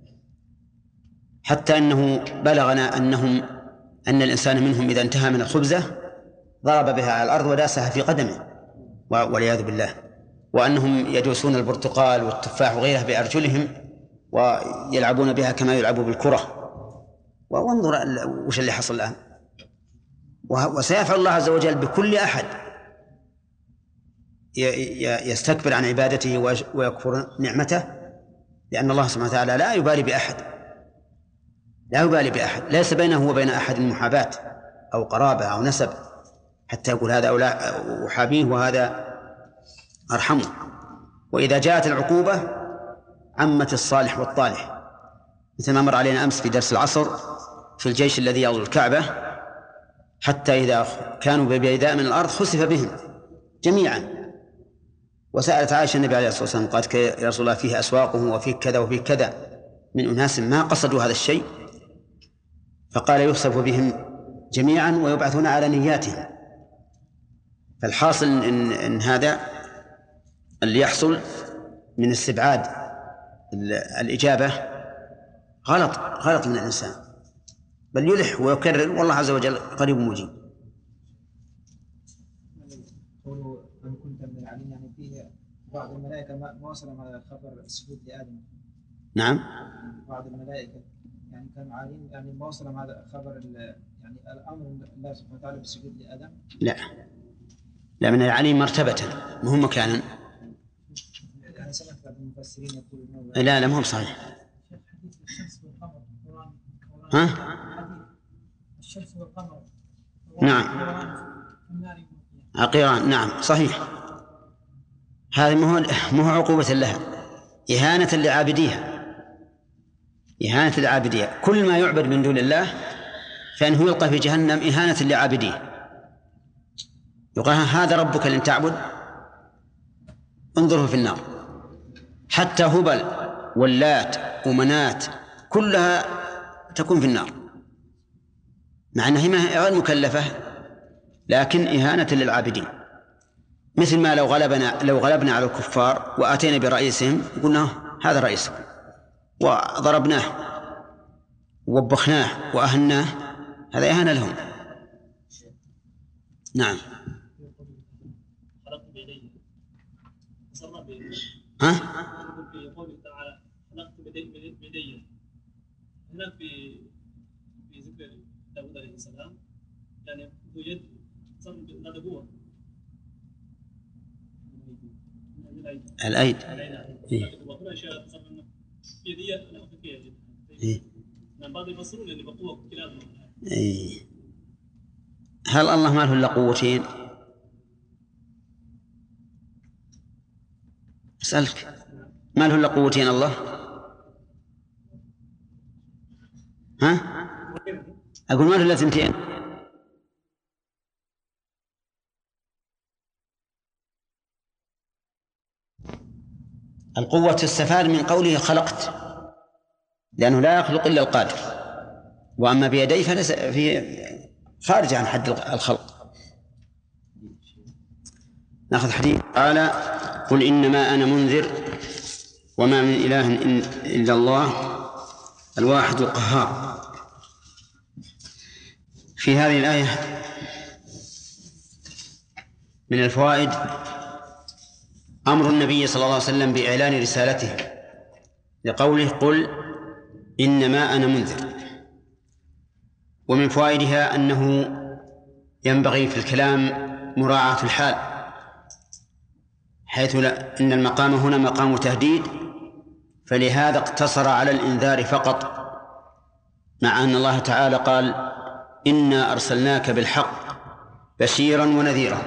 Speaker 1: حتى أنه بلغنا أنهم أن الإنسان منهم إذا انتهى من الخبزة ضرب بها على الأرض وداسها في قدمه والعياذ بالله، وأنهم يدوسون البرتقال والتفاح وغيرها بأرجلهم ويلعبون بها كما يلعبوا بالكرة. وانظر وش اللي حصل الآن. وسيفعل الله عز وجل بكل أحد يستكبر عن عبادته ويكفر نعمته، لأن الله سبحانه وتعالى لا يبالي بأحد، لا يبالي بأحد، ليس بينه وبين أحد محاباة أو قرابة أو نسب حتى يقول هذا أولى أحابيه وهذا أرحمه. وإذا جاءت العقوبة عمت الصالح والطالح، مثل ما مر علينا أمس في درس العصر في الجيش الذي يغزو الكعبة، حتى إذا كانوا ببيداء من الأرض خسف بهم جميعا. وسألت عائشة النبي عليه الصلاة والسلام قالت: يا رسول الله فيه أسواقهم وفيه كذا وفيه كذا من أناس ما قصدوا هذا الشيء، فقال: يخسف بهم جميعا ويبعثون على نياتهم. فالحاصل إن, إن هذا اللي يحصل من استبعاد الإجابة غلط غلط من الإنسان، بل يلح ويكرر، والله عز وجل قريب مجيب.
Speaker 3: قولوا أن كنت من العليم، يعني فيه بعض الملائكة ما وصلهم هذا خبر السجود لآدم.
Speaker 1: نعم.
Speaker 3: بعض الملائكة يعني كانوا عالمين، يعني ما وصلهم هذا خبر يعني الأمر الله سبحانه وتعالى بالسجود لآدم.
Speaker 1: لا لا، من العليم مرتبة مهم مكانا.
Speaker 3: يعني سمعت بعض المفسرين يقولون
Speaker 1: لا لا مهم صحيح. ها؟
Speaker 3: الشمس والقمر.
Speaker 1: نعم. عقيران. نعم صحيح. هذه مو عقوبة لها، إهانة لعابديها، إهانة لعابديها. كل ما يعبد من دون الله فإنه يلقى في جهنم إهانة لعابديه. يقال: هذا ربك لن تعبد، انظره في النار. حتى هبل واللات ومنات كلها تكون في النار، مع أنها غير مكلفة لكن إهانة للعابدين. مثل ما لو غلبنا لو غلبنا على الكفار وآتينا برئيسهم قلنا هذا رئيسكم وضربناه ووبخناه وأهناه، هذا إهانة لهم. نعم. ها؟
Speaker 4: في قوله تعالى خلقت بيدي، هنا في في ذكر داود عليه السلام يعني ذو يد صار لا قوة
Speaker 1: الأيد.
Speaker 4: إيه. وهنا أشياء تصير إنه يدي أنا أفكيها جدا. إيه. من بعض يفسرون اللي بقوة كلام.
Speaker 1: إيه. هل الله ما له إلا قوتين؟ أسألك ما له إلا قوتين الله؟ ها؟ أقول ما له إلا ثنتين. القوة تستفاد من قوله خلقت، لأنه لا يخلق إلا القادر، وأما بيديه فليس في خارج عن حد الخلق. نأخذ حديث قال قل إنما أنا منذر وما من إله إلا الله الواحد القهار. في هذه الآية من الفوائد أمر النبي صلى الله عليه وسلم بإعلان رسالته لقوله قل إنما أنا منذر. ومن فوائدها أنه ينبغي في الكلام مراعاة الحال، حيث لا إن المقام هنا مقام تهديد، فلهذا اقتصر على الإنذار فقط، مع أن الله تعالى قال إنا أرسلناك بالحق بشيرا ونذيرا.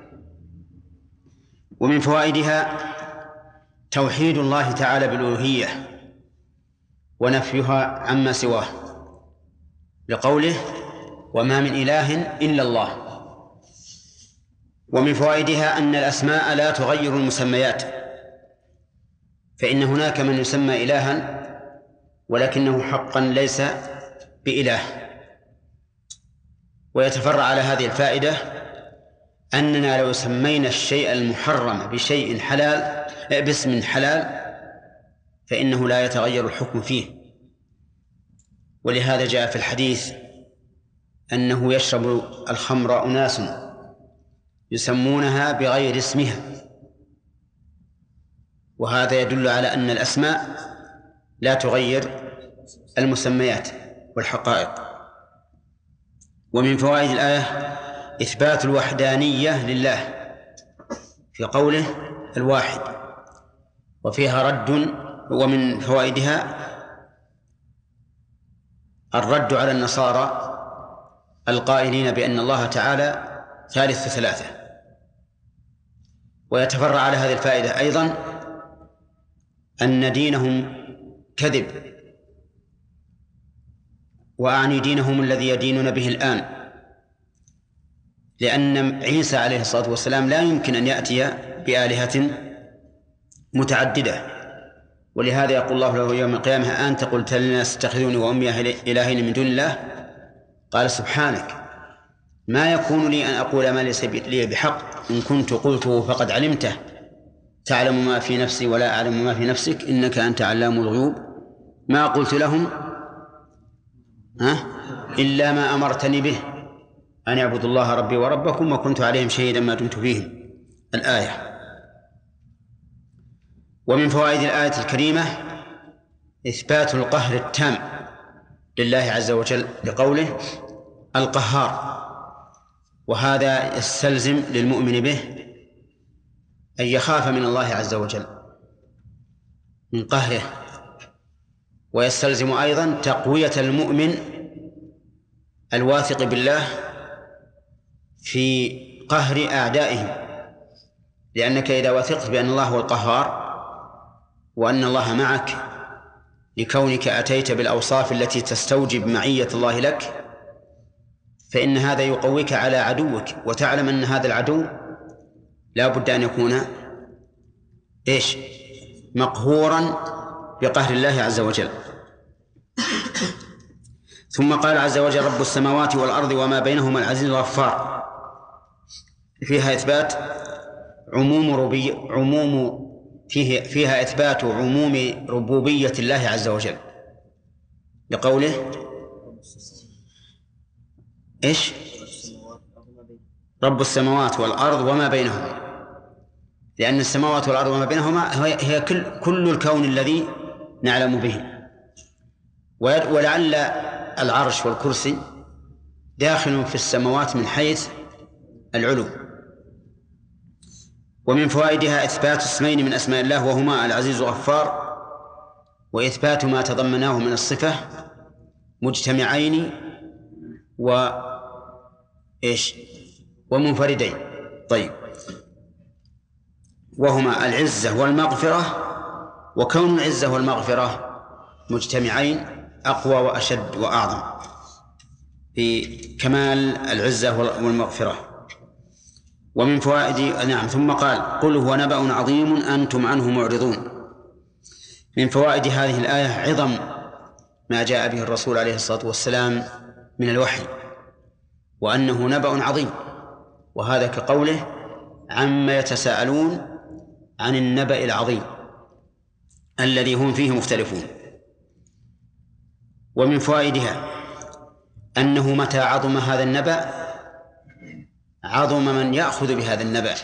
Speaker 1: ومن فوائدها توحيد الله تعالى بالألوهية ونفيها عما سواه، لقوله وما من إله إلا الله. ومن فوائدها أن الأسماء لا تغير المسميات، فإن هناك من يسمى إلها ولكنه حقا ليس بإله. ويتفرع على هذه الفائدة أننا لو سمينا الشيء المحرم بشيء حلال باسم حلال فإنه لا يتغير الحكم فيه. ولهذا جاء في الحديث أنه يشرب الخمر أناس يسمونها بغير اسمها، وهذا يدل على أن الأسماء لا تغير المسميات والحقائق. ومن فوائد الآية إثبات الوحدانية لله في قوله الواحد، وفيها رد. ومن فوائدها الرد على النصارى القائلين بأن الله تعالى ثالث ثلاثة. ويتفرع على هذه الفائدة أيضا أن دينهم كذب، وأعني دينهم الذي يدينون به الآن، لأن عيسى عليه الصلاة والسلام لا يمكن أن يأتي بآلهة متعددة. ولهذا يقول الله له يوم القيامة أنت قلت للناس اتخذوني وأمي إلهين من دون الله، قال سبحانك ما يكون لي أن أقول ما ليس لي بحق، إن كنت قلته فقد علمته تعلم ما في نفسي ولا أعلم ما في نفسك إنك أنت علام الغيوب. ما قلت لهم ها إلا ما أمرتني به أن اعبدوا الله ربي وربكم وكنت عليهم شهيدا ما دمت فيهم. الآية. ومن فوائد الآية الكريمة إثبات القهر التام لله عز وجل بقوله القهار، وهذا يستلزم للمؤمن به أن يخاف من الله عز وجل من قهره، ويستلزم أيضا تقوية المؤمن الواثق بالله في قهر أعدائهم، لأنك إذا وثقت بأن الله هو القهار وأن الله معك لكونك أتيت بالأوصاف التي تستوجب معية الله لك، فإن هذا يقويك على عدوك، وتعلم أن هذا العدو لا بد أن يكون إيش مقهورا بقهر الله عز وجل. ثم قال عز وجل رب السماوات والأرض وما بينهما العزيز الغفار، فيها إثبات عموم ربي عموم فيه فيها إثبات عموم ربوبية الله عز وجل لقوله إيش؟ رب السماوات والأرض وما بينهما، لأن السماوات والأرض وما بينهما هي كل, كل الكون الذي نعلم به. ولعل العرش والكرسي داخل في السماوات من حيث العلو. ومن فوائدها إثبات اسمين من أسماء الله وهما العزيز والغفار، وإثبات ما تضمناه من الصفة مجتمعين و إيش ومنفردين. طيب، وهما العزة والمغفرة، وكون العزة والمغفرة مجتمعين أقوى وأشد وأعظم في كمال العزة والمغفرة. ومن فوائد نعم ثم قال قل هو نبأ عظيم أنتم عنه معرضون. من فوائد هذه الآية عظم ما جاء به الرسول عليه الصلاة والسلام من الوحي، وأنه نبأ عظيم، وهذا كقوله عما يتساءلون عن النبأ العظيم الذي هم فيه مختلفون. ومن فوائدها أنه متى عظم هذا النبأ عظم من يأخذ بهذا النبأ،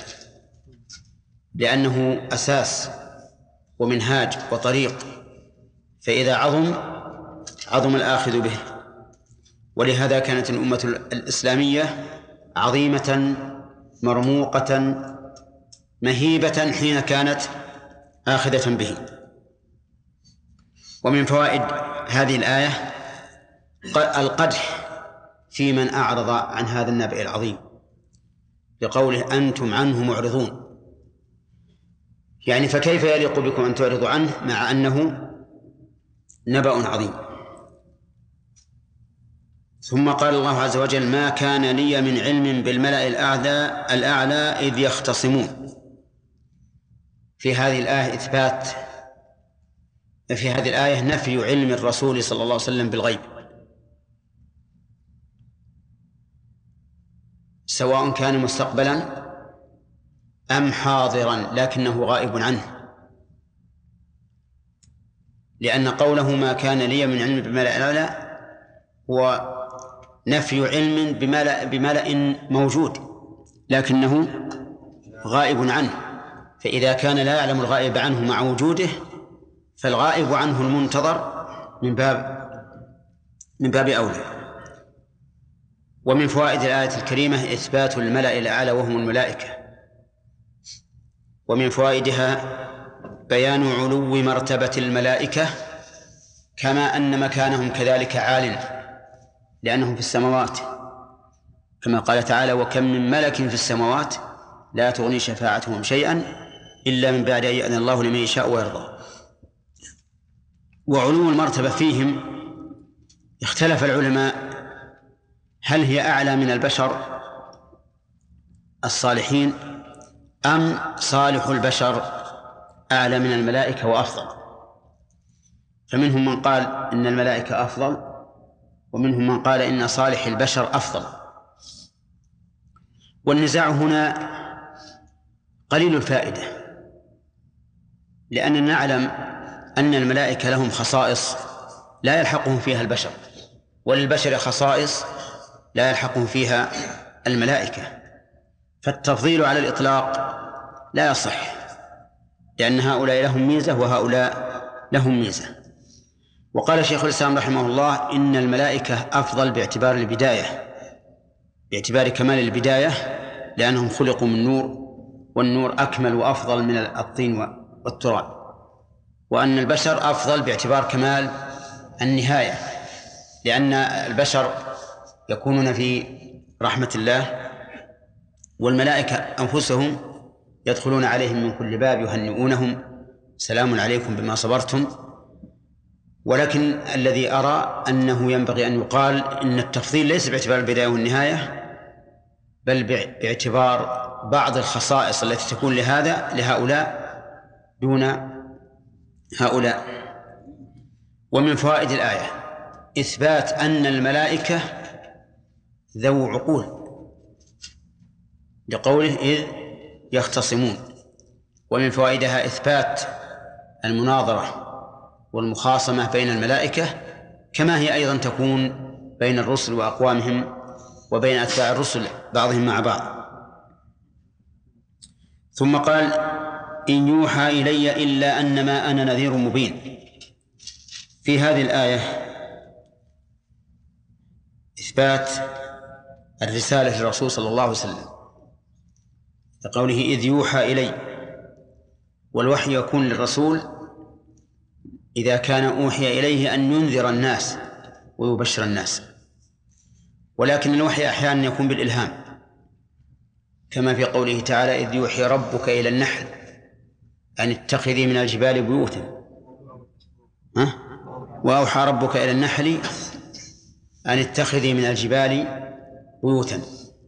Speaker 1: لأنه أساس ومنهاج وطريق، فإذا عظم عظم الآخذ به. ولهذا كانت الأمة الإسلامية عظيمة مرموقة مهيبة حين كانت آخذة به. ومن فوائد هذه الآية القدح في من أعرض عن هذا النبأ العظيم بقوله أنتم عنه معرضون، يعني فكيف يليق بكم أن تعرضوا عنه مع أنه نبأ عظيم. ثم قال الله عز وجل ما كان لي من علم بالملأ الأعلى الأعلى إذ يختصمون. في هذه الآية إثبات في هذه الآية نفي علم الرسول صلى الله عليه وسلم بالغيب، سواء كان مستقبلا أم حاضرا لكنه غائب عنه، لأن قوله ما كان لي من علم بالملأ الأعلى هو نفي علم بملأ, بملأ موجود لكنه غائب عنه، فإذا كان لا يعلم الغائب عنه مع وجوده فالغائب عنه المنتظر من باب من باب أولى. ومن فوائد الآية الكريمة إثبات الملأ الأعلى وهم الملائكة. ومن فوائدها بيان علو مرتبة الملائكة كما أن مكانهم كذلك عال لأنهم في السماوات، كما قال تعالى وكم من ملك في السماوات لا تغني شفاعتهم شيئا إلا من بعد أن يأذن الله لمن يشاء ويرضى. وعلو المرتبة فيهم اختلف العلماء هل هي أعلى من البشر الصالحين أم صالح البشر أعلى من الملائكة وأفضل. فمنهم من قال إن الملائكة أفضل، ومنهم من قال إن صالح البشر أفضل. والنزاع هنا قليل الفائدة، لأننا نعلم أن الملائكة لهم خصائص لا يلحقهم فيها البشر، وللبشر خصائص لا يلحقهم فيها الملائكة، فالتفضيل على الإطلاق لا يصح، لأن هؤلاء لهم ميزة وهؤلاء لهم ميزة. وقال شيخ الإسلام رحمه الله إن الملائكة أفضل باعتبار البداية، باعتبار كمال البداية، لأنهم خلقوا من نور، والنور أكمل وأفضل من الطين والتراب، وأن البشر أفضل باعتبار كمال النهاية، لأن البشر يكونون في رحمة الله، والملائكة أنفسهم يدخلون عليهم من كل باب يهنئونهم سلام عليكم بما صبرتم. ولكن الذي أرى أنه ينبغي أن يقال إن التفضيل ليس باعتبار البداية والنهاية، بل باعتبار بعض الخصائص التي تكون لهذا لهؤلاء دون هؤلاء. ومن فوائد الآية إثبات أن الملائكة ذو عقول، لقوله إذ يختصمون. ومن فوائدها إثبات المناظرة والمخاصمة بين الملائكة كما هي أيضا تكون بين الرسل وأقوامهم وبين أتباع الرسل بعضهم مع بعض. ثم قال إن يوحى إلي إلا أنما أنا نذير مبين. في هذه الآية إثبات الرسالة للرسول صلى الله عليه وسلم، لقوله إذ يوحى إلي، والوحي يكون للرسول إذا كان أوحي إليه أن ينذر الناس ويبشر الناس، ولكن الوحي أحيانا يكون بالإلهام، كما في قوله تعالى إذ يوحي ربك إلى النحل أن اتخذي من الجبال بيوتا، ها؟ وأوحى ربك إلى النحل أن اتخذي من الجبال بيوتا،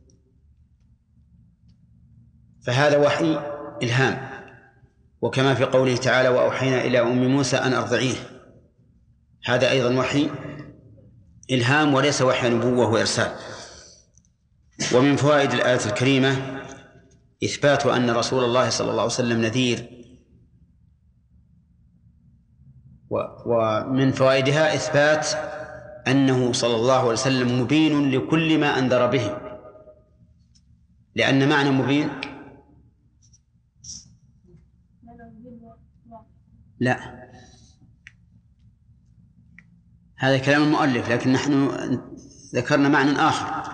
Speaker 1: فهذا وحي إلهام. وكما في قوله تعالى وأوحينا إلى أم موسى أن أرضعيه، هذا أيضا وحي إلهام وليس وحي نبوة وإرسال. ومن فوائد الآية الكريمة إثبات أن رسول الله صلى الله عليه وسلم نذير، ومن فوائدها إثبات أنه صلى الله عليه وسلم مبين لكل ما أنذر به، لأن معنى مبين لا، هذا كلام المؤلف، لكن نحن ذكرنا معنى آخر.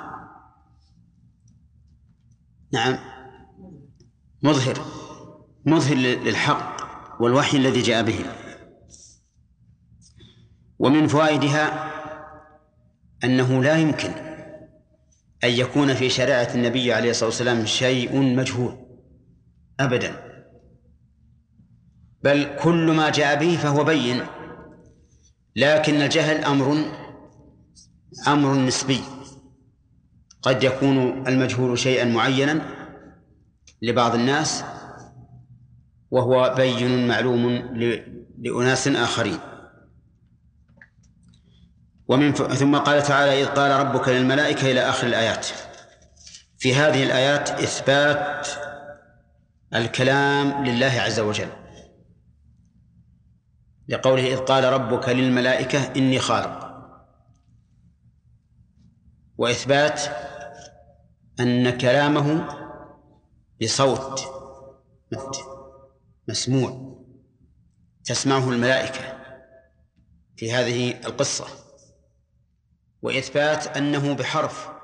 Speaker 1: نعم، مظهر مظهر للحق والوحي الذي جاء به. ومن فوائدها أنه لا يمكن أن يكون في شريعة النبي عليه الصلاة والسلام شيء مجهول أبدا، بل كل ما جاء به فهو بين، لكن الجهل أمر أمر نسبي، قد يكون المجهول شيئا معينا لبعض الناس وهو بين معلوم لأناس آخرين. ومن ف... ثم قال تعالى إذ قال ربك للملائكة إلى آخر الآيات. في هذه الآيات إثبات الكلام لله عز وجل، لقوله إذ قال ربك للملائكة إني خالق، وإثبات أن كلامه بصوت مسموع تسمعه الملائكة في هذه القصة، وإثبات أنه بحرف